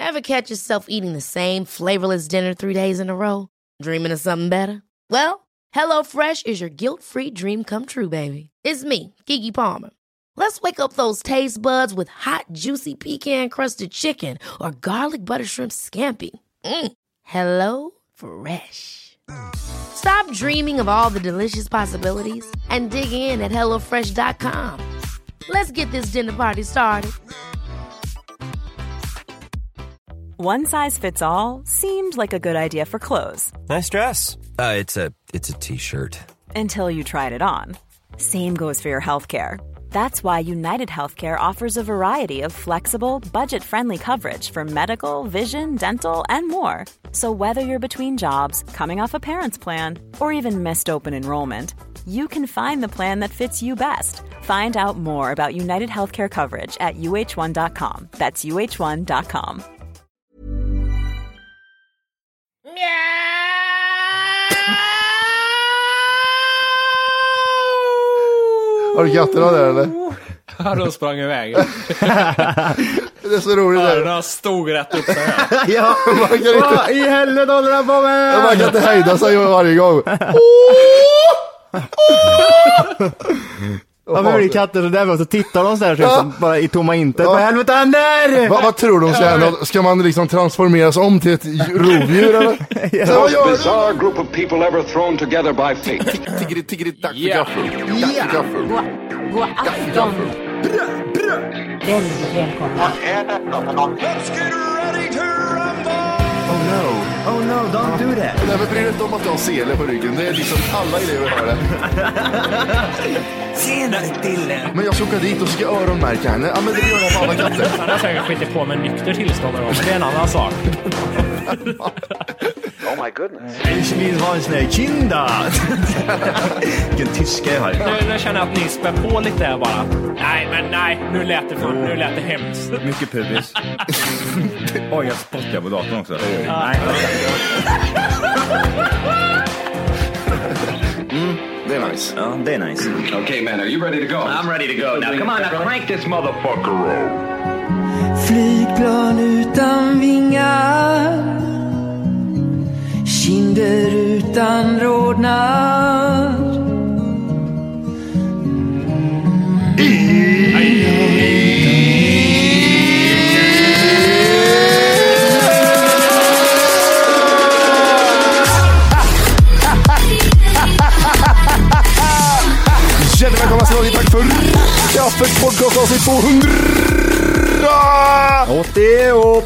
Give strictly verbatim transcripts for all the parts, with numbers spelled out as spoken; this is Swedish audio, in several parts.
Ever catch yourself eating the same flavorless dinner three days in a row? Dreaming of something better? Well, HelloFresh is your guilt-free dream come true, baby. It's me, Keke Palmer. Let's wake up those taste buds with hot, juicy pecan-crusted chicken or garlic butter shrimp scampi. Mm. Hello Fresh. Stop dreaming of all the delicious possibilities and dig in at hello fresh dot com. Let's get this dinner party started. One size fits all seemed like a good idea for clothes. Nice dress. Uh, it's a it's a t-shirt. Until you tried it on. Same goes for your healthcare. That's why United Healthcare offers a variety of flexible, budget-friendly coverage for medical, vision, dental, and more. So whether you're between jobs, coming off a parent's plan, or even missed open enrollment, you can find the plan that fits you best. Find out more about United Healthcare coverage at u h one dot com. That's u h one dot com. Har du katterna där eller? Ja, de sprang iväg. Det är så roligt där. Ja, de stod rätt upp så här. Ja, man kan inte... Vad i helvete håller han på med? Man kan inte hejda sig varje gång. Ja, men det är katter så där, så tittar de så här, Ja. så bara i tomma intet. Ja. Vad helvete han där? Va, vad tror de sen? Ska man liksom transformeras om till ett rovdjur eller? Ja. Så vad gör du? Bizarre group of people ever thrown together by fate. Tiggeri, tiggeri, dack för Ja. gaffel. Dack för gaffel. God afton. Väldigt välkomna. Oh no, oh no, don't do that. Nej, men bryr dig inte om att du har sele på ryggen. Det är liksom alla elever har det. Senare till. Men jag ska åka dit och ska öronmärka henne. Ja, men det gör jag på alla katter. Han har säkert skitit på med nykter tillstånd någon gång, men det är en annan sak. Oh my goodness. Ich vill ha en sån här kinda. Vilken tyska jag har. Nu, nu känner jag att ni spär på lite här bara. Nej, men nej, nu lät det, fan, nu lät det hemskt. Mycket pubis. Oj, jag spottar på datorn också. Ja. Mm, det är nice. Ja, det är nice. Okay, man, are you ready to go? I'm ready to go. Now, come on, now crank this motherfucker up. Flygplan utan vingar, kinder utan rodnad. Hjärtligt välkomna till Långt tack för kaffet podcast avsnitt tvåhundra. åttio upp.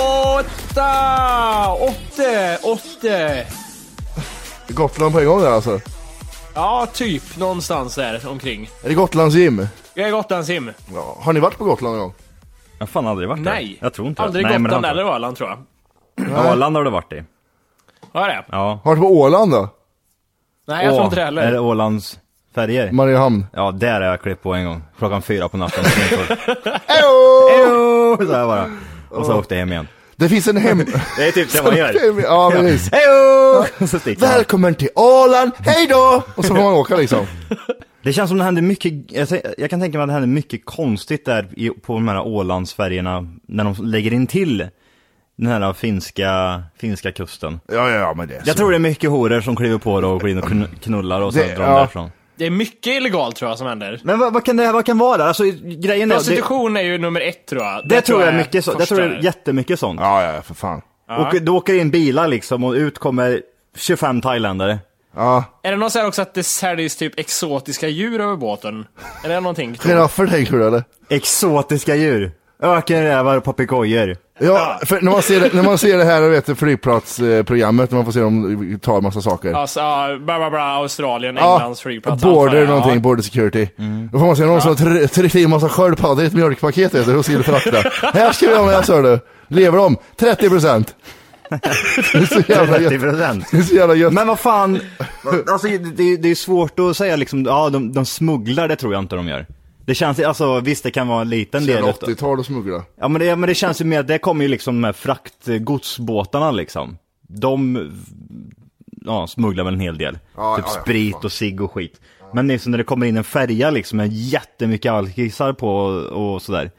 Åtta! Åtte! Åtte! Gotland på en gång där alltså. Ja, typ någonstans där omkring. Är det Gotlands gym? Jag är Gotlands-sim. Ja. Har ni varit på Gotland någon gång? Jag har fan aldrig varit där. Nej. Jag tror inte Aldrig det. Nej, Gotland men eller Åland, tror jag. Ja, Åland har du varit i. Har det? Ja. Har du på Åland då? Nej, jag tror inte det heller. Är det Ålands färger? Mariehamn. Ja, där är jag klippt på en gång. Klockan fyra på natten. Ejo! Ejo! Så här bara. Och så åkte jag hem igen. Det finns en hem... Det är typ det man gör. Ja, precis. Ejo! Så sticker man. Välkommen till Åland, hej då! Och så får man åka liksom. Det känns som det händer mycket, jag, jag kan tänka mig att det händer mycket konstigt där i, på de här Ålandsfärgerna när de lägger in till den här finska, finska kusten. Ja, ja, ja, men det är Jag så. tror det är mycket horer som kliver på det och går in och knullar och så Det- drar de ja. därifrån. Det är mycket illegalt, tror jag, som händer. Men vad, vad kan det vad kan vara där? Alltså grejen är det, Prostitution är ju nummer ett, tror jag. det tror jag är mycket så, det första. tror jag är jättemycket sånt. Ja, ja, för fan. Ja. Och då åker in bilar liksom och ut kommer tjugofem thailändare. Ja. Är det någon så här också att det säljs typ exotiska djur över båten? Är det någonting? Giraffer tänker du eller? Exotiska djur. Ökenrävar och papegojor. Ja, för när man ser det, när man ser det här, vet du, flygplatsprogrammet, när man får se dem ta en massa saker. Alltså, uh, bla bla bla, Australien, Ja, Englands flygplats. border allt vad det är. någonting, Ja. border security. Då får man se någon som har tryckt i en massa sköldpaddor i ett mjölkpaket, vet du, och skulle frakta. Här ska vi ha med, så du. Lever de? trettio procent. Det är så jävla trettio gött. procent. Det är så jävla gött. Men vad fan, alltså det, det är svårt att säga liksom, ja de, de smugglar, det tror jag inte de gör. Det känns, alltså visst det kan vara en liten del. åttiotal och smuggla. Ja men det, men det känns ju mer, det kommer ju liksom med fraktgodsbåtarna liksom. De, ja, smugglar väl en hel del. Ja, typ ja, ja, sprit fan. och cigg och skit. Men liksom när det kommer in en färja liksom med jättemycket alkisar på och, och sådär.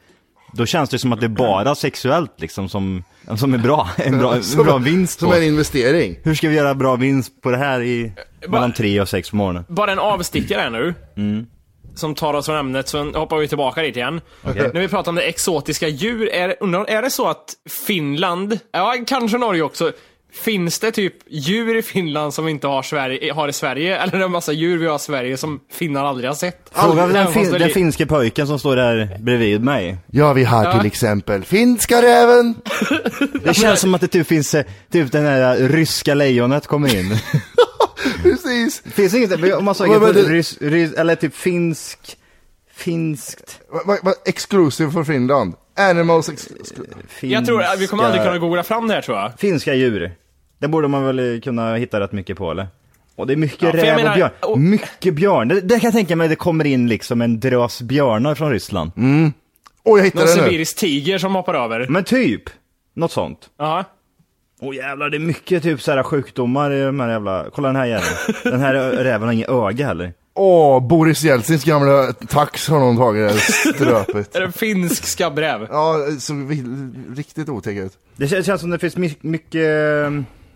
då känns det som att det är bara sexuellt liksom som, som är bra. En bra, en bra vinst på. Som en investering. Hur ska vi göra bra vinst på det här i mellan tre och sex på morgonen? Bara en avstickare här nu. Mm. Som tar oss från ämnet, så hoppar vi tillbaka dit igen. Okay. När vi pratar om det exotiska djur, är, undrar, är det så att Finland, ja kanske Norge också, finns det typ djur i Finland som vi inte har, Sverige, har i Sverige? Eller är det en massa djur vi har i Sverige som finnar aldrig har sett? Fråga den, fin- den finska pojken som står där bredvid mig. Ja, vi har till ja. exempel finska räven. Det känns som att det typ finns typ den här ryska lejonet kommer in. Precis. Finns inget, om man söker på rys, rys, eller typ finsk, finskt. Vad va, exclusive för Finland? Animals ex- finska, Jag tror att vi kommer aldrig kunna googla fram det här, tror jag. Finska djur. Det borde man väl kunna hitta rätt mycket på, eller? Och det är mycket ja, räv menar, och björn. och... Mycket björn. Det, det kan jag tänka mig att det kommer in liksom en drös björnar från Ryssland. Mm. Åh, jag hittade Någon det nu. sibirisk tiger som hoppar över. Men typ. Något sånt. Ja. Åh jävlar, det är mycket typ så här sjukdomar i de här jävla... Kolla den här jäveln. Den här räven har inget öga heller. Åh, Boris Jeltsins gamla tax har någon tagit det ströpet. Är det en finsk skabbräv? Ja, så vi, riktigt otäckt ut. Det känns, känns som det finns mycket, mycket,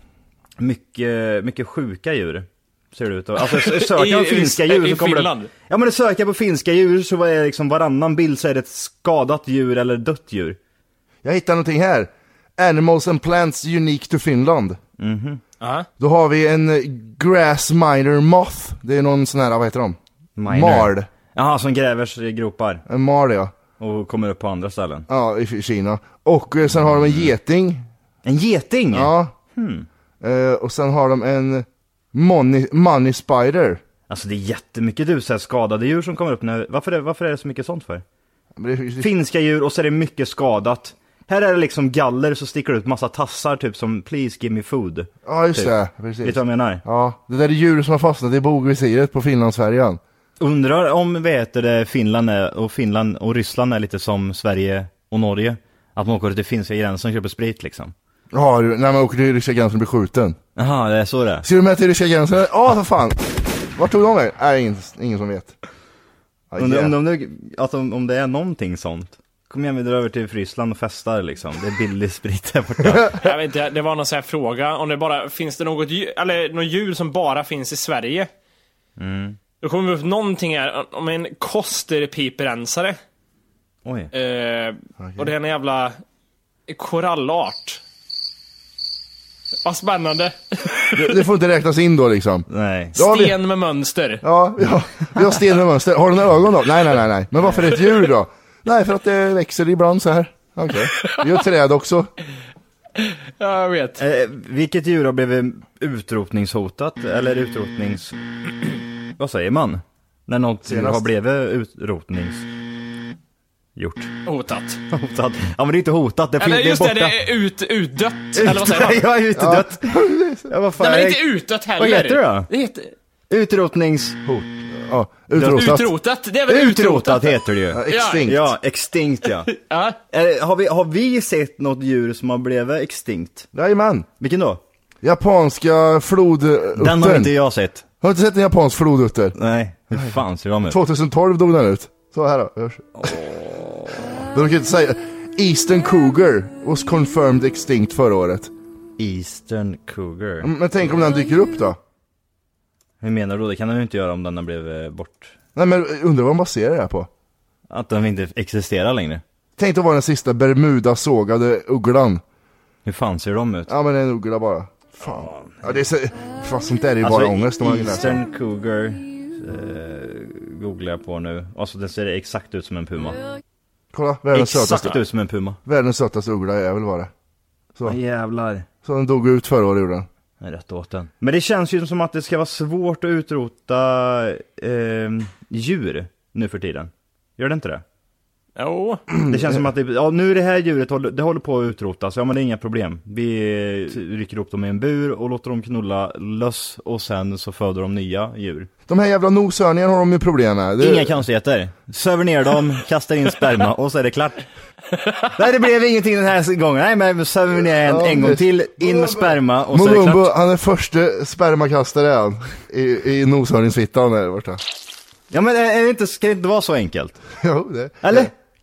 mycket, mycket sjuka djur. Ser det ut. Alltså söka på finska djur så kommer det. Ja, men det söker på finska djur så är det liksom varannan bild så är det ett skadat djur eller dött djur. Jag hittar någonting här. Animals and plants unique to Finland. Mhm. Uh-huh. Då har vi en grass miner moth. Det är någon sån här, vad heter de? Miner. Mard. Jaha, som grävers i gropar. En mard, ja. Och kommer upp på andra ställen. Ja, i Kina. Och eh, sen har de en geting. En geting? Ja. Hmm. Eh, och sen har de en money, money spider. Alltså det är jättemycket du, så här skadade djur som kommer upp. När, varför, är, varför är det så mycket sånt för? Det, det... Finska djur och så är det mycket skadat. Här är det liksom galler så sticker det ut massa tassar typ som please give me food. Ja, just typ. det. Precis. Vet du vad jag menar? Ja, det där är djur som har fastnat i bogvisiret på Finlandsfärjan. Undrar om vet det Finland är, och Finland och Ryssland är lite som Sverige och Norge. Att man åker till finska gränsen och köper sprit liksom. Ja, när man åker till ryska gränsen och blir skjuten. Jaha, det är så det. Ser du med till ryska gränsen? Ja, ah, för fan. Vart tog de vägen? Nej, ingen, ingen som vet. Ah, om, yeah. det, om, det, alltså, om, om det är någonting sånt. Kom igen, vi drar över till Ryssland och festar liksom. Det är billig sprit här borta. Jag vet inte, det var någon sån här fråga. Om det bara, finns det något djur, eller något djur som bara finns i Sverige? Mm. Då kommer vi upp någonting här om en kosterpiprensare. Oj. Eh, okay. Och det är en jävla korallart. Vad spännande. det, det får inte räknas in då liksom. Nej. Sten vi... med mönster. Ja, ja, vi har sten med mönster. Har du några ögon då? Nej, nej, nej, nej. Men varför är det ett djur då? Nej, för att det växer ibland så här. Okej. Okay. Vi har träd också. Ja, jag vet. Eh, vilket djur har blivit utrotningshotat? Eller utrotnings... Vad säger man? När något djur har blivit utrotnings... Gjort. Hotat. Hotat. Ja, men det är inte hotat. Det eller finns, just det är det, borta. det är ut, utdött. Ut, eller vad säger man? Ja, utdött. Ja. Ja, vad fan. Nej, men inte utdött heller. Vad heter det då? Det heter... Utrotningshot. Ja, utrotat. Utrotat, det är väl utrotat. Utrotat heter det ju. Ja, extinkt. Ja, extinkt ja. Ja. Äh, har, vi, har vi sett något djur som har blivit extinkt? Jajamän. Vilken då? Japanska floduttern. Den har inte jag sett. Har du inte sett en japansk flodutter? Nej, hur fan ser de ut? tjugohundratolv dog den ut. Så här då. Oh. De kan inte säga. Eastern Cougar was confirmed extinct förra året. Eastern Cougar. Men tänk om den dyker upp då? Hur menar du då? Det kan den ju inte göra om den har blivit bort. Nej, men undrar vad de baserar det här på. Att den inte existerar längre. Tänk att vara den sista Bermuda-sågade ugglan. Hur fan ser de ut? Ja, men det är en uggla bara. Fan. Ja, det är så... Fast sånt där är ju alltså, bara ångest. Eastern Cougar eh, googlar jag på nu. Alltså det ser exakt ut som en puma. Kolla, världens exakt sötaste. ut som en puma. Världens sötaste uggla är väl var det. Så. Ja, jävlar. Så den dog ut förra året, gjorde den. Nej, rätt åt den. Men det känns ju som att det ska vara svårt att utrota eh, djur nu för tiden. Gör det inte det? Jo. Det känns som att det, ja, nu är det här djuret det håller på att utrotas. Ja, men det är inga problem. Vi rycker upp dem i en bur och låter dem knulla löss och sen så föder de nya djur. De här jävla noshörningarna har de ju problem med. Det... Inga konstigheter. Söver ner dem, kastar in sperma och så är det klart. Nej, det blev ingenting den här gången. Nej, men söver ner en, ja, en gång till, in med sperma och så är det klart. Han är första spermakastare han, i, i noshörningsfittan där borta. Ja, men är det inte, ska det inte vara så enkelt? Jo, det. Eller?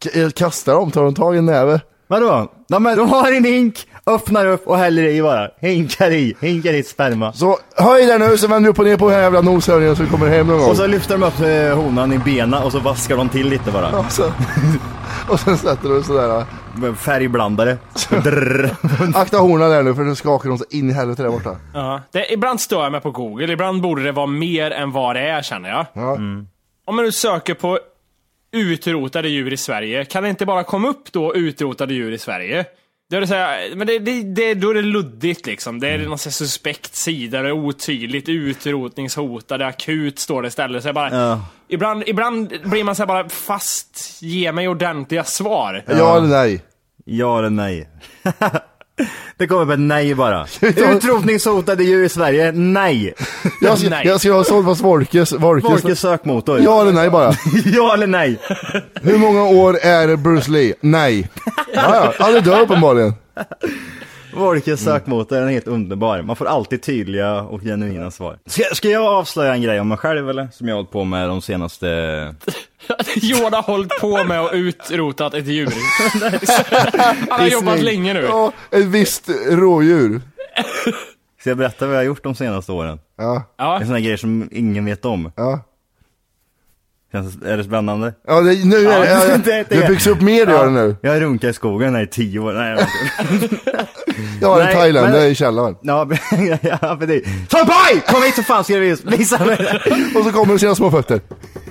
K- kastar dem, tar de tag i en näve. Vadå? De, de har en hink, öppnar upp och häller i bara. Hinkar i, hinkar i sperma. Så höj där nu, så vänder du upp och ner på den här jävla noshörningen så vi kommer hem någon gång. Och så lyfter de upp eh, honan i benen och så vaskar de till lite bara. Ja, så. Och sen sätter du sådär. Färgblandare. Akta horna där nu, för nu skakar de så in i helvete där borta. Ja. Det, ibland stör jag mig på Google, ibland borde det vara mer än vad det är, känner jag. Ja. Mm. Om man nu söker på utrotade djur i Sverige, kan det inte bara komma upp då utrotade djur i Sverige? Det är, så här, men det, det, det, då är det luddigt liksom. Det är någon sån suspekt sida, det är otydligt, utrotningshotade, akut står det istället. Så jag bara, ja. ibland, ibland blir man så här bara, fast ge mig ordentliga svar. Ja, ja eller nej? Ja eller nej. Det kommer med nej bara. Utrotningshotade djur i Sverige, nej. Jag ska, nej. jag ska ha sålt fast Volkes, Volkes. Volkes sökmotor. Ja eller nej bara? Ja eller nej. Hur många år är Bruce Lee? Nej. Ja, ja. Ja, det dör uppenbarligen. Volkes sökmotor är helt underbar. Man får alltid tydliga och genuina svar. Ska, ska jag avslöja en grej om mig själv eller? Som jag har hållit på med de senaste... Johan har hållit på med och utrotat ett djur. Han har jobbat länge nu. Ja, ett visst rådjur. Ska jag berätta vad jag har gjort de senaste åren? Ja. Ja. Det är såna grejer som ingen vet om. Ja. Känns, är det spännande? Ja, det, nu är det, Ja, ja, det- det, det- byggs upp mer det Ja, gör det nu. Jag runkar i skogen här i tio år. Nej, jag vet inte. Jag har en Nej, Thailand, men- det är i källaren. Ja, men, ja, för det. Sampai! Kom hit så fan ska jag visa, visa mig det. Och så kommer det sina små fötter.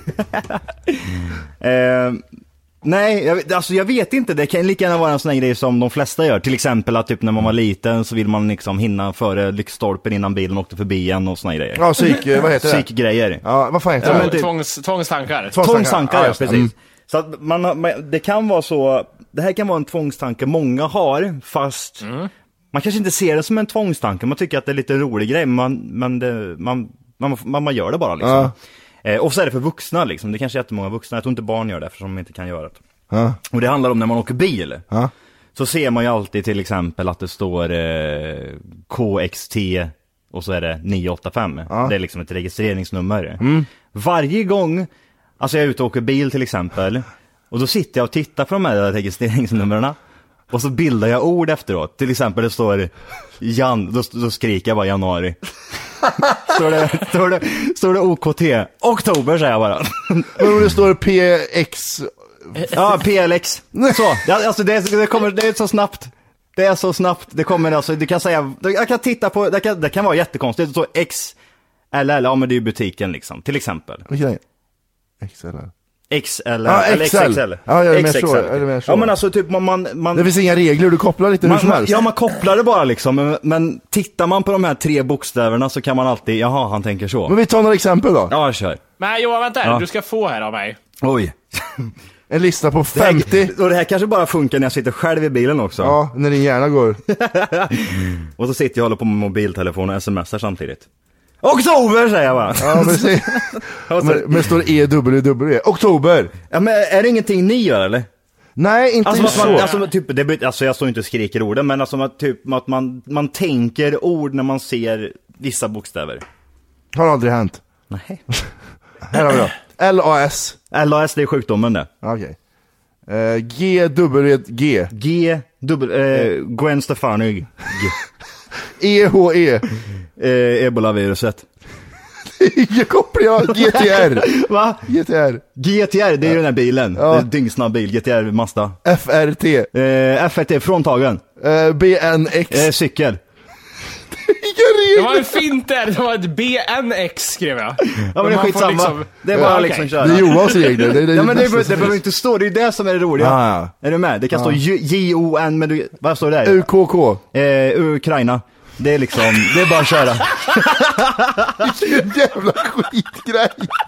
Eh, nej, jag, vet- alltså jag vet inte. Det kan lika gärna vara en sån här grej som de flesta gör. Till exempel att typ när man var liten så vill man liksom hinna före lyktstolpen innan bilen åkte förbi en och såna grejer. Ja, psyk, vad heter det? Psykgrejer. Ja, vad fan heter Ja, det? men typ- Tvångs, tvångstankar. Tvångstankar, Ja, ja, just det. precis. Mm. Så att man, har- man, det kan vara så, det här kan vara en tvångstanke många har, fast man kanske inte ser det som en tvångstanke. Man tycker att det är lite rolig grej, men man, man, det, man, man, man, man gör det bara liksom. Ja. Eh, och så är det för vuxna liksom, det kanske är jättemånga vuxna, jag tror inte barn gör det eftersom de inte kan göra det. Ja. Och det handlar om när man åker bil. Ja. Så ser man ju alltid till exempel att det står eh, K X T och så är det nio åtta fem. Ja. Det är liksom ett registreringsnummer. Varje gång, alltså jag är ute och åker bil till exempel, och då sitter jag och tittar på de här registreringsnumren och så bildar jag ord efteråt. Till exempel det står Jan, då, då skriker jag bara januari. står, det, står, det, står det O K T? Oktober säger jag bara. Men om det står P X... Ja, P L X. Så, det, alltså det, det, kommer, det är så snabbt. Det är så snabbt. Det kommer alltså, du kan säga, jag kan titta på, det kan, det kan vara jättekonstigt. Det står X L L, ja men det är ju butiken liksom, till exempel. Okej. X L L. X L L, Ja, eller X L. X X L. Ja, jag är mer X X L. så, jag är mer så. Ja men alltså typ man, man, man Det finns inga regler, du kopplar lite hur man, som man, helst. ja, man kopplar det bara liksom, men, men tittar man på de här tre bokstäverna så kan man alltid, jaha, han tänker så. Men vi tar några exempel då. Ja, kör. Men Johan, vänta, Ja. du ska få här av mig. Oj. En lista på Det här, femtio. och det här kanske bara funkar när jag sitter själv i bilen också. Ja, när din hjärna går. Och så sitter jag och håller på med mobiltelefonen och smsar samtidigt. Oktober säger jag bara. Ja, men, se. Och så- men, men står det E W W? Oktober. Ja, men är det ingenting ni gör eller? Nej, inte Alltså, så. man, alltså, typ, det, bet- alltså jag står inte och skriker orden, men alltså, man, typ, att man, man tänker ord när man ser vissa bokstäver. Har aldrig hänt. Nej. Här har vi då. L A S. L A S, det är sjukdomen det. Okej. Eh, G W G. G, dubbel, eh, Gwen Stefani. G. E H E. Eh, Ebola-viruset. Jag kopplar jag. G T R. Va? G T R. G T R, det är ju den här bilen. Ja. Det är en dyngsnabb bil, G T R Mazda. F R T. Eh, F R T, fråntagen. Eh, B N X. Eh, cykel. Det var en fint där, det var ett B N X skrev jag. Ja men det är man får skitsamma. liksom- Det är bara Ja, liksom okej. köra. Det är Johans regler. Det, är det, Ja men det, bästa det som behöver finns. inte stå, det är det som är det roliga. Ja, ja. Är du med? Det kan stå J O N, men du, vad står det där? U K K. Eh, Ukraina. Det är liksom, det är bara att köra. Vilken jävla skitgrej.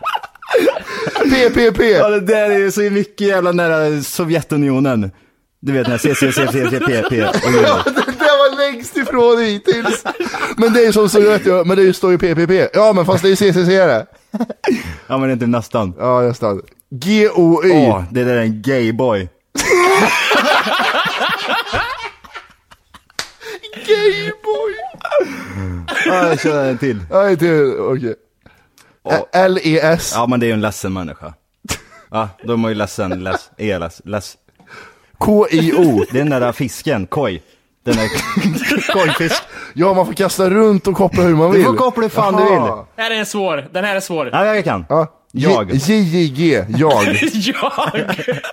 P P P. Ja, det där är ju så mycket jävla nära Sovjetunionen. Du vet när C C C C C P P. Ja, det där var längst ifrån hittills. Men det är ju som så vet jag, men det står ju P P P. Ja, men fast det är ju C C C det. Ja men det är inte nästan. Ja, nästan. G O Y. Åh, det där är en gayboy. Gayboy. Ja, jag kör en till. Nej, det okej. L E S. Ja men det är ju en ledsen människa. Ja, då är man ju ledsen. Less. Elas. Less. K I O. Det är den där fisken. Koj. Den är kojfisk. Ja, man får kasta runt och koppla hur man vill. Du får koppla hur fan Aha. du vill. Den här är svår. Den här är svår. Ja, jag kan. Ja. Jag. J J G. Jag. jag.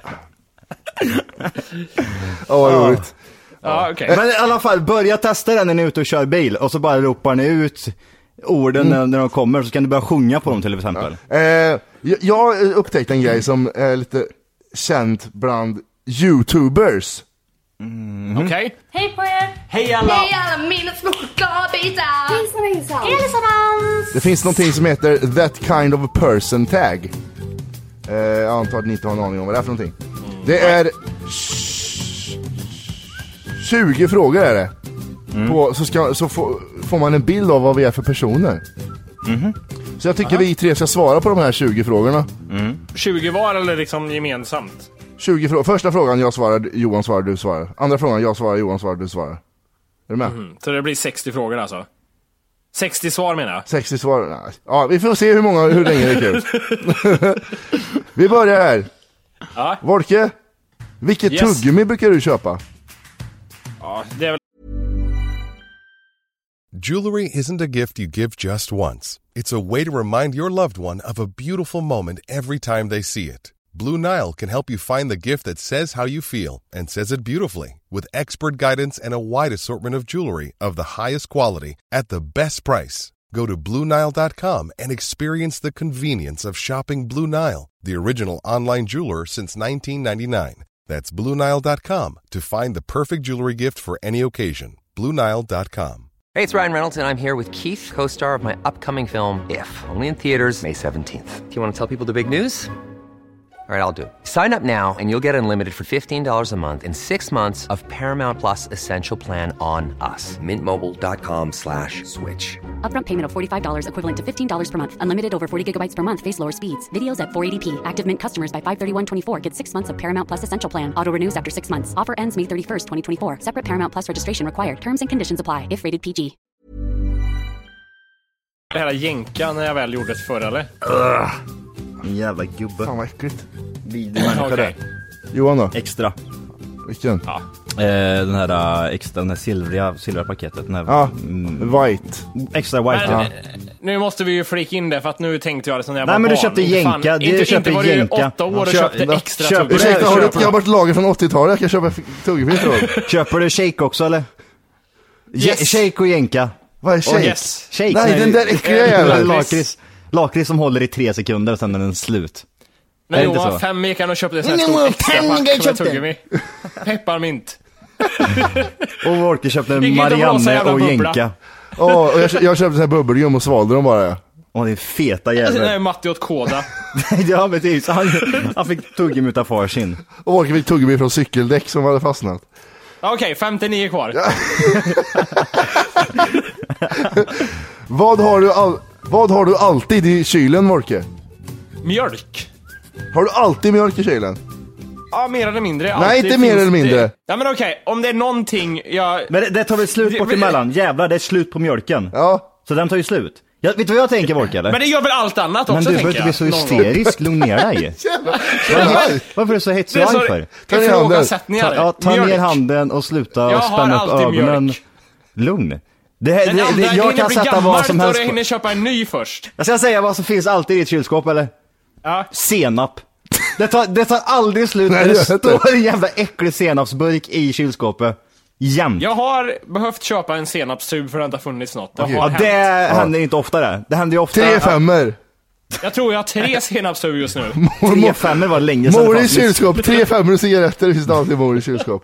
Åh, vad roligt. Ja, okay. Men i alla fall, börja testa den när ni är ute och kör bil. Och så bara ropar ni ut orden mm. när, när de kommer. Så kan du börja sjunga på dem till exempel. Ja. Eh, jag, jag upptäckte en grej som är lite känt bland YouTubers. Mm. Okej. Okay. Hej på er! Hej alla! Hej alla mina små chokladbitar! Hejsan hejsan! Hej allesammans! Det finns någonting som heter That Kind of Person Tag. Eh, jag antar att ni inte har en aning om vad det är för någonting. Det är tjugo frågor är det. Mm. På, så ska, så få, får man en bild av vad vi är för personer. Mm. Så jag tycker Aha. vi tre ska svara på de här tjugo frågorna. Mm. tjugo var eller liksom gemensamt? tjugo frågor. Första frågan jag svarar, Johan svarar, du svarar. Andra frågan jag svarar, Johan svarar, du svarar. Är du med? Mm. Så det blir sextio frågor alltså? sextio svar menar jag. sextio svar? Nej. Ja, vi får se hur många, hur länge det är kul. Vi börjar här. Ja. Volke, vilket yes. tuggummi brukar du köpa? Ja, det är väl... Jewelry isn't a gift you give just once. It's a way to remind your loved one of a beautiful moment every time they see it. Blue Nile can help you find the gift that says how you feel and says it beautifully, with expert guidance and a wide assortment of jewelry of the highest quality at the best price. Go to Blue Nile dot com and experience the convenience of shopping Blue Nile, the original online jeweler since nineteen ninety-nine. That's Blue Nile dot com to find the perfect jewelry gift for any occasion. Blue Nile dot com. Hey, it's Ryan Reynolds, and I'm here with Keith, co-star of my upcoming film, If, only in theaters May seventeenth. Do you want to tell people the big news? All right, I'll do it. Sign up now and you'll get unlimited for fifteen dollars a month and six months of Paramount Plus Essential Plan on us. Mint Mobile dot com slash switch. Upfront payment of forty-five dollars equivalent to fifteen dollars per month. Unlimited over forty gigabytes per month. Face lower speeds. Videos at four eighty p. Active Mint customers by five thirty-one twenty-four get six months of Paramount Plus Essential Plan. Auto renews after six months. Offer ends May thirty-first, twenty twenty-four. Separate Paramount Plus registration required. Terms and conditions apply if rated P G. Det här jänka när jag väl gjorde det förr, eller? Ugh. En jävla gubbe. Fan vad äckligt. Vidrig människa okay. det. Johan då? Extra. Vilken? Ja. Eh, den här uh, extra, den här silvriga, silvriga paketet. Den här, ja, mm, white. Extra white. Men, ja. Nu måste vi ju flika in det för att nu tänkte jag det som när jag Nej, var men barn. du köpte jänka. Inte, inte, inte var du åtta år och Köp, köpte då, extra tugg. Ursäkta, har du ett gammalt lager från åttiotalet? Jag kan köpa tuggummi från. Köper du shake också eller? Yes. Shake och jänka. Vad är shake? Oh, yes. Shake? Nej, nej, den där äckliga jävla lakrits. Lakrits som håller i tre sekunder och sen är den slut. När jag var fem gick han och köpte en sån här stor extra pack med tuggummi. Pepparmint. Och Volke köpte en Marianne och jänka. Oh, och jag, jag köpte så här bubbelgum och svalde dem bara. Åh, det är feta jävlar. Det är Matti åt koda. Ja, precis. Han, han fick tuggummi utav far sin. Och Volke fick tuggummi från cykeldäck som hade fastnat. Okej, okay, femtionio kvar. Ja. vad, har du all, vad har du alltid i kylen, Volke? Mjölk. Har du alltid mjölk i kylen? Ja, mer eller mindre. Nej, inte mer eller mindre. Det... Ja, men okej. Okay. Om det är någonting jag... Men det, det tar väl slut bort emellan. Jävlar, det är slut på mjölken. Ja. Så den tar ju slut. Jag, vet du vad jag tänker, Volke, eller? Men det gör väl allt annat också, tänker jag. Men du behöver inte bli så hysterisk. Lugn ner dig. Varför är du så hetsig för? Ta ner handen. Ta, ja, ta ner handen och sluta och spänna upp ögonen. Mjölk. Lugn. Det, det, det, det, jag kan sätta vad som helst. Jag hinner köpa en ny först. Jag ska säga vad som finns alltid i ett kylskåp, eller? Ja. Senap. Det tar, det tar aldrig slut. Nej, det står en jävla äcklig senapsburk i kylskåpet. Jämt. Jag har behövt köpa en senapstub för att det inte har funnits något. Det, okay. har ja, det ja. händer inte ofta det. Det händer ju ofta. Tre femmer. Jag tror jag har tre senapstub just nu. Tre femmer var länge sedan. Mor i kylskåp. Tre femmer och cigaretter. Det finns alltid mor i kylskåp.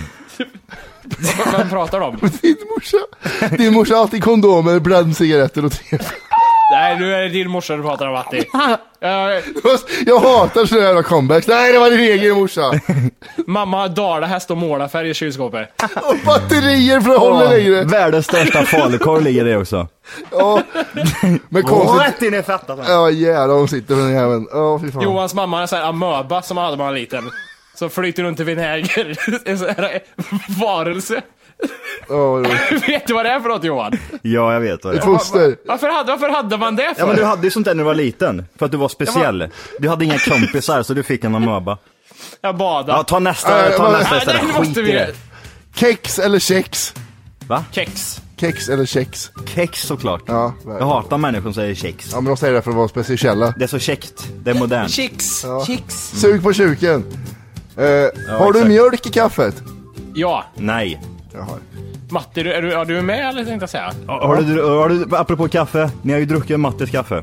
Vem pratar de? Din morsa. Din morsa har alltid kondomer, bränncigaretter och tre. Nej, nu är det din morsa du pratar om, Matti. Jag, jag hatar sådana jävla comebacks. Nej, det var din egen morsa. Mamma har dalahäst och målarfärg i kylskåpet. Och batterier för att hålla längre. Världens största falukorv ligger det också. Ja. Men konstigt. Rätt in i fettat. Ja, jävlar, de sitter på den här även. Ja, fy fan. Johans mamma är så här amöba som hade man liten. Så flyter runt i vinäger. En sån här varelse. Oh, vet du vad det är för något, Johan? Ja, jag vet vad det är. Ett foster. Varför hade, varför hade man det för? Ja, men du hade ju sånt där när du var liten. För att du var speciell. Var... Du hade inga kompisar så du fick en amöba. Jag badade. Ja, ta nästa, ta nästa äh, istället. Skit i det. Kex eller kex? Va? Kex. Kex eller kex? Kex såklart. Ja, jag hatar människor som säger kex. Ja, men de säger det för att vara speciella. Det är så käckt. Det är modernt. Kex. Ja. Kex. Sug på kuken. Uh, ja, har exakt. du mjölk i kaffet? Ja. Nej. Jag har. Matti, är du, är du med eller tänkte jag säga? Ja. Har, du, har du, apropå kaffe, ni har ju druckit Mattis kaffe.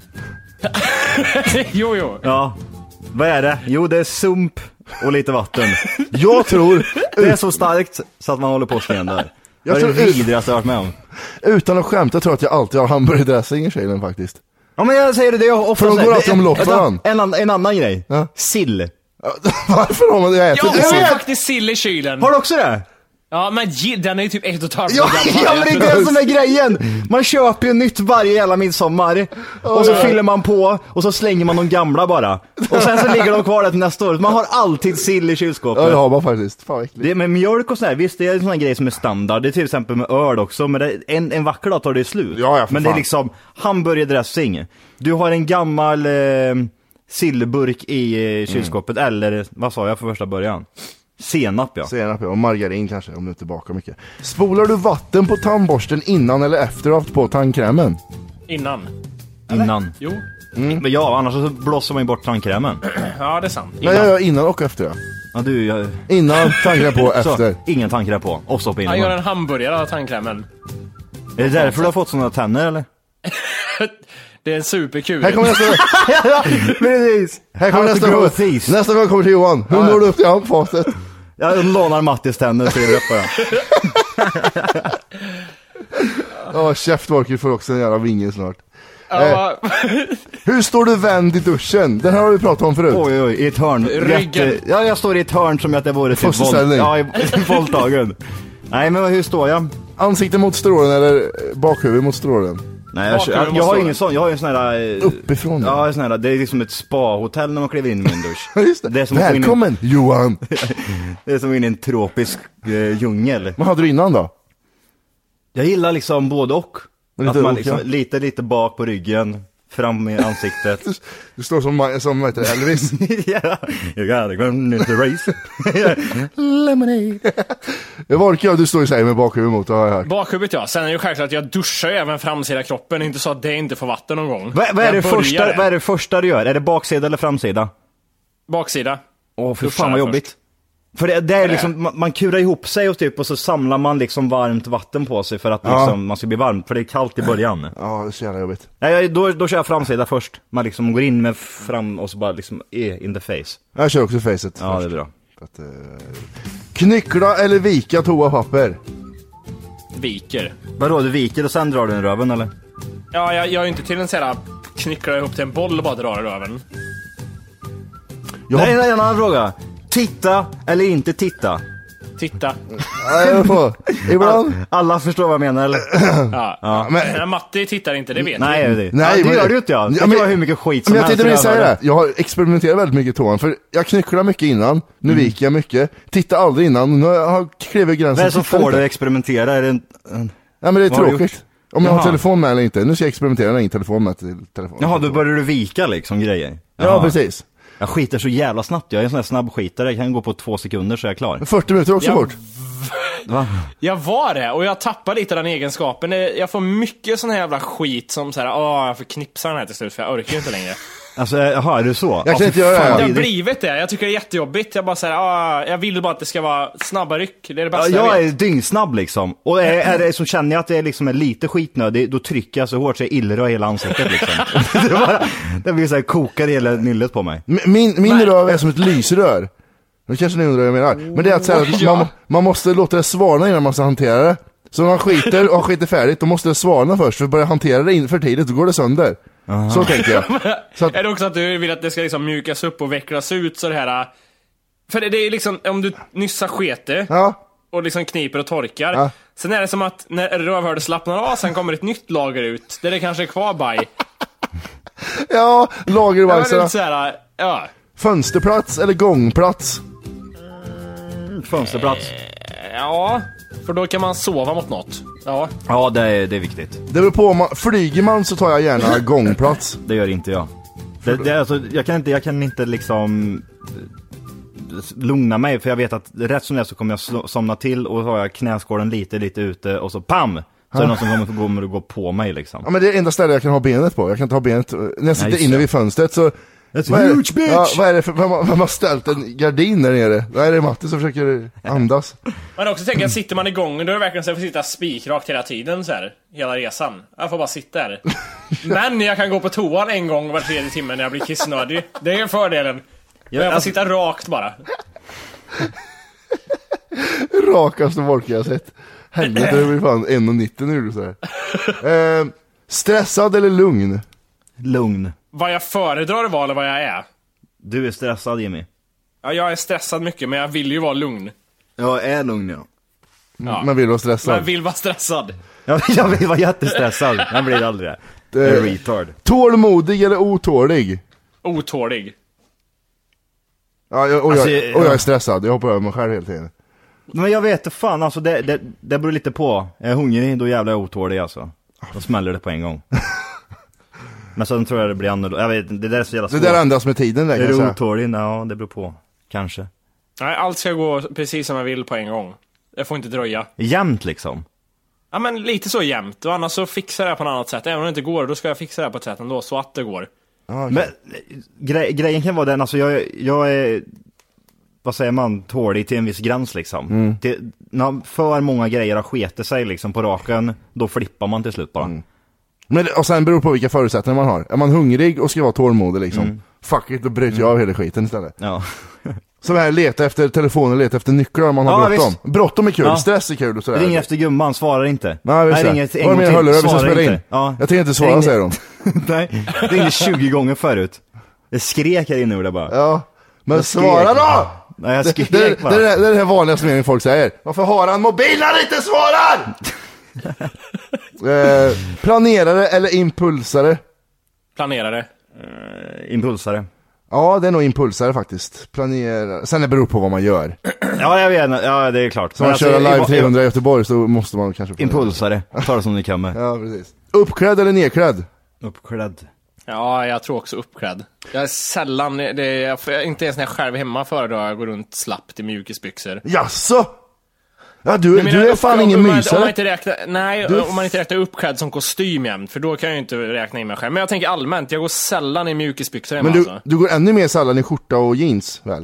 jo, jo. Ja. Vad är det? Jo, det är sump och lite vatten. Jag tror... Det är så starkt så att man håller på att skena där. Jag det är det vidrigaste jag varit med om. Utan att skämta tror jag att jag alltid har hamburgerdressing i kylen faktiskt. Ja, men jag säger det, det är ofta. För de går alltid omlopp varann. En, en, en annan grej. Ja. Sill. Varför har man det? Jag har faktiskt sill i kylen. Har du också det? Ja, men den är ju typ ett och ett halvt ja, ja, men det är det som är grejen. Man köper ju nytt varje jävla midsommar. Och så fyller man på. Och så slänger man de gamla bara. Och sen så ligger de kvar där till nästa år. Man har alltid sill i kylskåpet. Ja, det har man faktiskt. Fan, det, med mjölk och sådär, visst det är en sån här grej som är standard. Det är till exempel med öl också. Men det, en, en vacker dag tar det slut. Ja, ja, men fan. det är liksom hamburgerdressing. Du har en gammal eh, sillburk i eh, kylskåpet. Mm. Eller, vad sa jag för första början? Senap, ja. Senap, ja. Och margarin kanske, om du inte bakar mycket. Spolar du vatten på tandborsten innan eller efter du har haft på tandkrämen? Innan. Innan? Eller? Jo. Mm. Men ja, annars så blåser man ju bort tandkrämen. Ja, det är sant. Innan. Nej, jag gör innan och efter, ja. Ja, du, jag... Innan tandkräm på, efter. Så, ingen tandkräm på, och stoppa in. Jag gör en hamburgare av tandkrämen. Är det därför du har fått sådana tänder, eller? Det är en superkul. Här kommer nästa Precis. Här kommer nästa gång. Nästa gång kommer till Johan. Hur ja, når du upp till handfatet? Jag lånar Mattis tänder så det upp bara. Ja, käftvorker får också en jävla vinge snart. Ja. Eh, hur står du vänd i duschen? Den här har vi pratat om förut. Oj, oj, i ett hörn. Ryggen. Ja, jag står i ett hörn som att det vore typ våld. Ja, i, i våldtagen. Nej, men hur står jag? Ansikte mot strålen eller bakhuvud mot strålen? Nej, jag, jag, jag har ingen sån, jag har ju en sån här... Uppifrån? Ja, en sån här, det är liksom ett spa-hotell när man kliver in i min dusch. Just det. Det är som välkommen, in, Johan! Det är som in i en tropisk eh, djungel. Vad hade du innan då? Jag gillar liksom både och. Lite, att man liksom, lite, lite bak på ryggen, fram med ansiktet. Du, du står som, som vad heter det, Elvis. Ja, you gotta go into the race. Lemonade. Jag var du står ju sig med bakhuvudet mot, har jag hört. Bakhuvudet, ja. Sen är det ju självklart att jag duschar ju även framsida kroppen. Inte så att det inte får vatten någon gång. Va, vad, är det första, vad är det första du gör? Är det baksida eller framsida? Baksida. Åh, för fan vad jobbigt. Först. För det, det är liksom, man, man kurar ihop sig och typ och så samlar man liksom varmt vatten på sig för att liksom, ja. man ska bli varmt, för det är kallt i början. Ja, det är så jävla jobbigt. Nej, då, då kör jag framsida först. Man liksom går in med fram och så bara liksom är in the face. Jag kör också facet. Ja, först. Det är bra. Att, uh, knyckla eller vika toapapper? Viker. Vadå, du viker och sen drar du en röven eller? Ja, jag, jag är inte till en sån här knyckla ihop till en boll och bara drar i röven. Ja. Nej, nej, en annan fråga. Titta eller inte titta? Titta. Nej, får. Ibland. Alla förstår vad jag menar, eller? Ja. Ja. Men, men Matti tittar inte, det vet nej, vi. Det. Nej, ja, det gör du inte, jag. Jag vet hur mycket skit som men jag helst. Men jag säga det. Jag har experimenterat väldigt mycket i tån. För jag knycklar mycket innan. Nu mm. viker jag mycket. Titta aldrig innan. Nu har jag klivit gränsen. Vad är det som får dig experimentera? Är det en... Nej, men det är vad tråkigt. Om jag Jaha. har telefon med eller inte. Nu ska jag experimentera när jag har ingen telefon med till telefon. Jaha, då börjar du vika liksom grejer. Jaha. Ja, precis. Jag skiter så jävla snabbt. Jag är en sån här snabb skitare. Jag kan gå på två sekunder så är jag klar. fyrtio minuter också jag... fort. Va? Jag var det, och jag tappar lite den egenskapen. Jag får mycket sån här jävla skit som så här, åh, jag får knipsa den här till slut för jag orkar ju inte längre. Alltså, jaha, är det så? Jag kan inte göra det. Jag har blivit det. Jag tycker det är jättejobbigt. Jag bara säger, ah, jag vill bara att det ska vara snabba ryck. Det är det bästa ja, jag, jag är dyngsnabb liksom. Och är, är det så känner jag att det är liksom är lite skitnödig, då trycker jag så hårt så jag illrör hela ansiktet liksom. det, bara, det blir så här kokar hela nyllet på mig. Min, min röv är som ett lysrör. Det kanske ni undrar vad jag menar. Men det är att, säga att man, man måste låta det svalna innan man ska hantera det. Så när man skiter och skiter färdigt, då måste det svalna först. För att börja hantera det in för tidigt, då går det sönder. Aha. Så tänker jag. Så att... Är det också att du vill att det ska liksom mjukas upp och vecklas ut så det här... För det, det är liksom, om du nyssa skete ja. och liksom kniper och torkar. Ja. Sen är det som att när rövhördet slappnar av, sen kommer ett nytt lager ut. Där det kanske är kvar baj. Ja, lagerbajsarna. Ja, ja. Fönsterplats eller gångplats? Mm, fönsterplats. Eh, ja. För då kan man sova mot något. Ja, ja det, är, det är viktigt. Det beror på om man, flyger man så tar jag gärna gångplats. Det gör inte jag. Det, det, alltså, jag, kan inte, jag kan inte liksom lugna mig, för jag vet att rätt som det så kommer jag somna till och så har jag knäskålen lite, lite ute och så pam! Så är det någon som kommer, kommer att gå på mig liksom. Ja, men det är enda stället jag kan ha benet på. Jag kan inte ha benet, när jag sitter Nej, inne vid fönstret så... That's vad, huge, är, bitch! ja, vad är det för, vem har, vem har ställt en gardin där nere? Nej, det är Matte som försöker andas. Man också tänker att sitter man i gången då är det verkligen så att jag får sitta spikrakt hela tiden så här, hela resan. Jag får bara sitta där. Men jag kan gå på toan en gång var tredje timme när jag blir kissnödig. Det är fördelen. Men jag får alltså... sitta rakt bara. Rakaste folk jag har sett. Helvete, det blir fan en komma nittio nu så här. Eh, stressad eller lugn? Lugn. Vad jag föredrar var eller vad jag är? Du är stressad, Jimmy. Ja, jag är stressad mycket, men jag vill ju vara lugn. Jag är lugn, ja. Ja. Man vill vara stressad. Man vill vara stressad. Jag, jag vill vara jättestressad. Jag blir aldrig det. Det är retard. Tålmodig eller otålig? Otålig. Ja, jag, och, alltså, jag, och jag är stressad. Jag hoppar över mig själv hela tiden. Men jag vet inte fan, alltså det, det, det beror lite på. Är jag hungrig, då jävla otålig alltså. Då smäller det på en gång. Men sen tror jag det blir annorlunda. Jag vet, det där är så jävla svårt. Det där ändras med tiden där, är det otålig? Ja, det beror på. Kanske. Nej, allt ska gå precis som jag vill på en gång. Det får inte dröja. Jämnt liksom. Ja, men lite så jämnt. Och annars så fixar jag på något annat sätt. Även om det inte går, då ska jag fixa det på ett sätt ändå, så att det går. Ah, okay. Men grej, grejen kan vara den, alltså jag, jag är, vad säger man, tålig till en viss gräns liksom. Mm. Det, när för många grejer har sketit sig liksom på raken, då flippar man till slut bara. Mm. Men, och sen beror på vilka förutsättningar man har. Är man hungrig och ska vara tålmodig liksom, mm. fuck it, då bryter jag av hela skiten istället. Ja. Som här, leta efter telefonen, leta efter nycklar om man har ja, bråttom. Visst. Bråttom är kul, ja. Stress är kul och sådär. Ring efter gumman, svarar inte. Nej, visst. Nej, ringer en gång till, höller, svarar inte. In. Ja. Jag tänker inte svara, ringde... säger de. Nej, det ringde tjugo gånger förut. Det skrek här inne ur bara. Ja, men jag svara skrek. Då! Nej, jag skrek det, det, bara. Det, det, det är det vanligaste meningen folk säger. Varför har han mobilen när han inte svarar? eh, planerare eller impulsare? Planerare. Uh, impulsare. Ja, det är nog impulsare faktiskt. Planera. Sen det beror på vad man gör. Ja, jag vet. Ja, det är klart. Så man alltså, kör live trehundra i Göteborg så måste man kanske planera. Impulsare. Ta det som ni kan med. Ja, precis. Uppklädd eller nedklädd? Uppklädd. Ja, jag tror också uppklädd. Jag är sällan, det är, jag, inte ens när jag själv är hemma föredrar jag går runt slappt i mjukisbyxor. Jaså? Ja, du, du är fan ingen mysare. Om man inte räknar, nej, du... om man inte räknar uppklädd som kostym jämt, för då kan jag ju inte räkna in mig själv. Men jag tänker allmänt, jag går sällan i mjukisbyxor hemma. Men du, alltså. du går ännu mer sällan i skjorta och jeans, väl?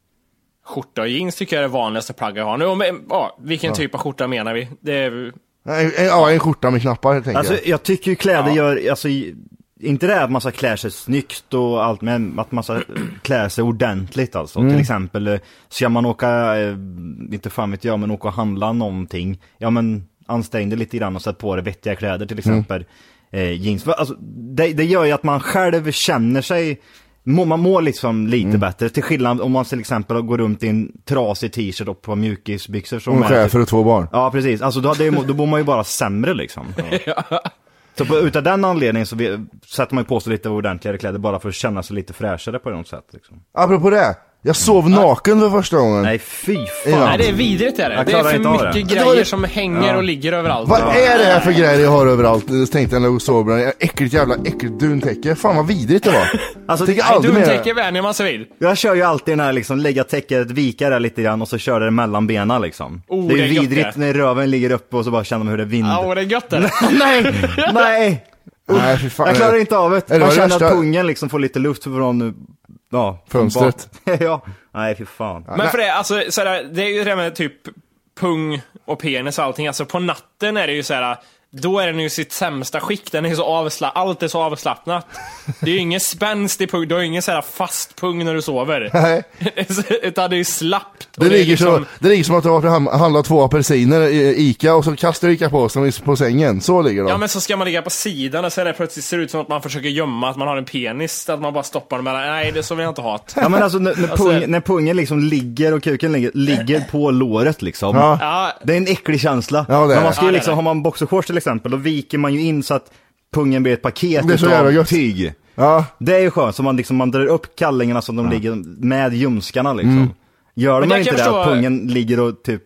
Skjorta och jeans tycker jag är det vanligaste plagg jag har. Nu, men, ja, vilken ja. typ av skjorta menar vi? Det är... Ja, en skjorta med knappar, helt enkelt. Alltså, jag tycker ju kläder ja. gör... Alltså, inte det att man ska klä sig snyggt och allt, men att man ska klä sig ordentligt alltså. Mm. Till exempel, ska man åka, inte fan vet jag, men åka och handla någonting. Ja, men ansträng dig lite grann och sätt på det vettiga kläder, till exempel mm. eh, jeans. Alltså, det, det gör ju att man själv känner sig, må, man mår liksom lite mm. bättre. Till skillnad om man till exempel går runt i en trasig t-shirt och på mjukisbyxor. Som och chef för typ, två barn. Ja, precis. Alltså då, det, då bor man ju bara sämre liksom. Ja. Så på, utav den anledningen så vi, sätter man ju på sig lite ordentligare kläder bara för att känna sig lite fräschare på något sätt liksom. Apropå det, jag sov mm. naken för första gången. Nej, fy fan. Ja. Nej, det är vidrigt är det. Det är för mycket det. grejer det... som hänger ja. och ligger överallt. Vad är det här för grejer jag har överallt? Jag tänkte jag när jag sov bland äckligt jävla äckligt duntäcke. Fan vad vidrigt det var. Alltså, nej, duntäcke vänjer man sig vid. Jag kör ju alltid den här liksom, lägga täcket, vika det lite grann och så kör det mellan benen liksom. Oh, det är ju vidrigt det. När röven ligger uppe och så bara känner man hur det vind. Ja, oh, det är gött det. nej, nej. Nej, fy fan. Jag klarar inte av det. Man känner värsta... att pungen liksom får lite luft från ja, fönstret. Ja, nej fy fan. Men för det, alltså, såhär, det är ju det med typ pung och penis och allting. Alltså på natten är det ju såhär, då är den ju sitt sämsta skick. Den är ju så avslappnad, allt är så avslappnat. Det är ju ingen spänst i pung, du har ju ingen såhär fast pung när du sover. Nej. Utan det är ju slappt. Det, det, ligger liksom... så, det ligger som att du har handlat två apelsiner i Ica och så kastar du Ica på sig på sängen. Så ligger de. Ja, men så ska man ligga på sidan och så är det plötsligt ser ut som att man försöker gömma att man har en penis, att man bara stoppar den mellan. Nej, det är så vill jag inte ha. Ja, men alltså när, när, alltså, pung, när pungen liksom ligger och kuken ligger, ligger på låret liksom. Ja. Det är en äcklig känsla. Ja, det är. Men man ska ju ja, liksom, har man boxershorts till exempel, då viker man ju in så att pungen blir ett paket av tyg. Ja. Det är ju skönt, så man, liksom, man drar upp kallingarna så att de ja. ligger med ljumskarna liksom. Mm. Gör man inte det förstå... att pungen ligger och typ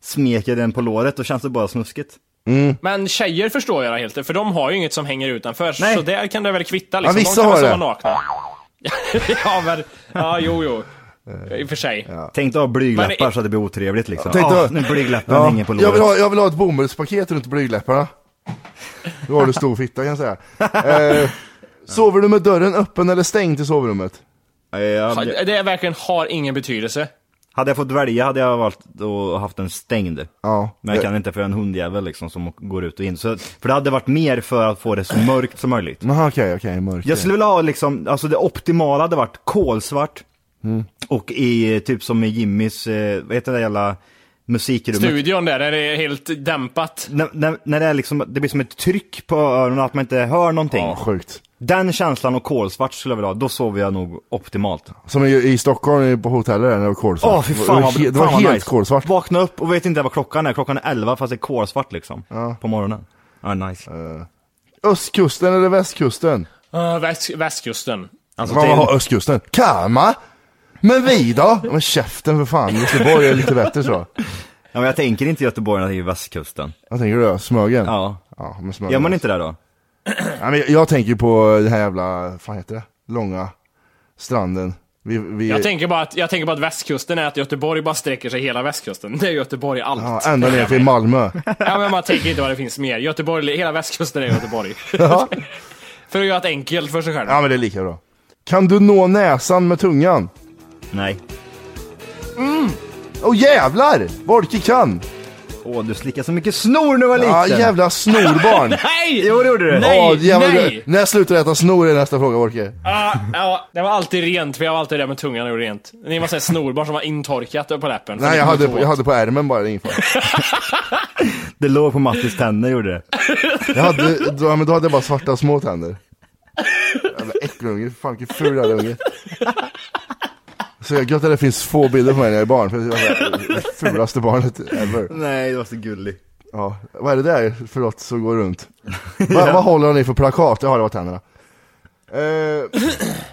smeker den på låret, då känns det bara snuskigt. Mm. Men tjejer förstår jag helt, för de har ju inget som hänger utanför. Nej. Så där kan det väl kvitta liksom. Ja, vissa de kan har vara det. nakna. Ja, men, ja, jo, jo. I och för sig. Ja. Tänk att ha blygläppar men, så att det blir otrevligt liksom. Tänk Ja, då, oh, nu blygläppen ja, hänger på låret. Jag vill ha, jag vill ha ett bomullspaket runt blygläpparna. Då har du stor fitta kan jag säga. Eh, sover du med dörren öppen eller stängd till sovrummet? Ja, det... det verkligen har ingen betydelse. Hade jag fått välja hade jag valt att haft en stängd. Ja. Men jag kan inte för en hundjävel liksom som går ut och in. Så, för det hade varit mer för att få det så mörkt som möjligt. Okej, okej, okay, mörkt. Jag skulle vilja ha liksom, alltså det optimala hade varit kolsvart. Mm. Och i typ som i Jimmys, eh, vad heter det jävla musikrummet. Studion där, där det är helt dämpat. När, när, när det är liksom, det blir som ett tryck på öronen att man inte hör någonting. Ja, sjukt. Den känslan och kolsvart skulle jag vilja ha, då sover jag nog optimalt. Som i, i Stockholm på hotellet där, när det var kolsvart. Åh, oh, fy fan vad, det var, det var fan helt nice. kolsvart. Vakna upp och vet inte vad klockan är. Klockan är elva fast det är kolsvart liksom. Ja. På morgonen. Ja, ah, nice. Uh, östkusten eller västkusten? Uh, väst, västkusten. Alltså, vad har östkusten? Kama? Men vi då? Men käften för fan, Göteborg är lite bättre så. Ja, men jag tänker inte Göteborg när det är västkusten. Vad tänker du då? Smögen? Ja. Ja, men Smögen. Gör man inte det då? Ja, men jag, jag tänker på det här jävla, vad heter det? Långa stranden. Vi, vi... Jag, tänker bara att, jag tänker bara att västkusten är att Göteborg bara sträcker sig hela västkusten. Det är Göteborg allt. Ja, ända ner till Malmö. Ja, men man tänker inte vad det finns mer. Göteborg, hela västkusten är Göteborg. Ja. För att göra det enkelt för sig själv. Ja, men det är lika bra. Kan du nå näsan med tungan? Nej. Mm. Åh oh, jävlar! Volke kan! Åh, oh, du slickade så mycket snor när du var liten. Ja, jävla snorbarn. Nej! Jo, det gjorde du. Nej, oh, jävla, nej. När slutar äta snor är nästa fråga, Volke. Ja, uh, uh, det var alltid rent, för jag var alltid där med tungan och rent. Ni var såhär snorbarn som var intorkat på läppen. Nej, jag hade, jag hade på ärmen bara inför. Det låg på Mattis tänder, gjorde det. Jag hade, då, men då hade jag bara svarta små tänder. Jävla äckelunge, fan vilken ful jävla unge. Så jag gott att det finns få bilder på mig när jag är barn. För jag är det fulaste barnet ever. Nej, det var så gullig. Ja, vad är det där förlåt som går runt? Va, vad håller ni för plakat? Jag har det varit tänderna. Uh...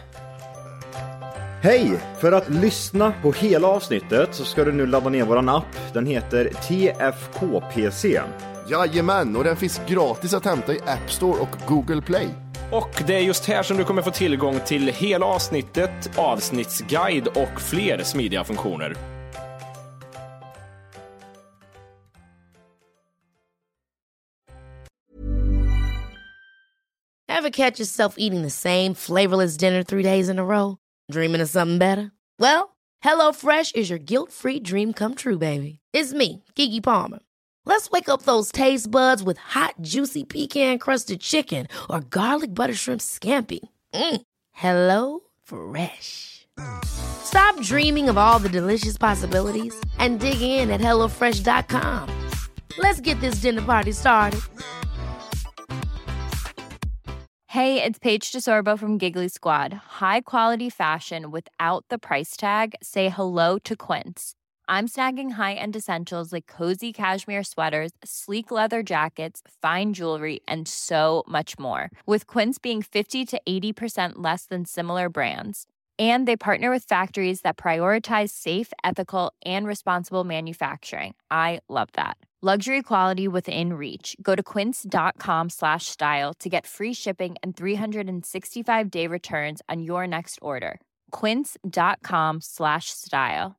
Hej! För att lyssna på hela avsnittet så ska du nu ladda ner våran app. Den heter T F K P C. Jajamän, och den finns gratis att hämta i App Store och Google Play. Och det är just här som du kommer få tillgång till hela avsnittet, avsnittsguide och fler smidiga funktioner. Ever catch yourself eating the same flavorless dinner three days in a row? Dreaming of something better? Well, HelloFresh is your guilt-free dream come true, baby. It's me, Keke Palmer. Let's wake up those taste buds with hot, juicy pecan-crusted chicken or garlic butter shrimp scampi. Mm. Hello Fresh. Stop dreaming of all the delicious possibilities and dig in at hello fresh dot com. Let's get this dinner party started. Hey, it's Paige DeSorbo from Giggly Squad. High quality fashion without the price tag. Say hello to Quince. I'm snagging high-end essentials like cozy cashmere sweaters, sleek leather jackets, fine jewelry, and so much more. With Quince being fifty to eighty percent less than similar brands. And they partner with factories that prioritize safe, ethical, and responsible manufacturing. I love that. Luxury quality within reach. Go to quince.com slash style to get free shipping and three sixty-five day returns on your next order. Quince.com slash style.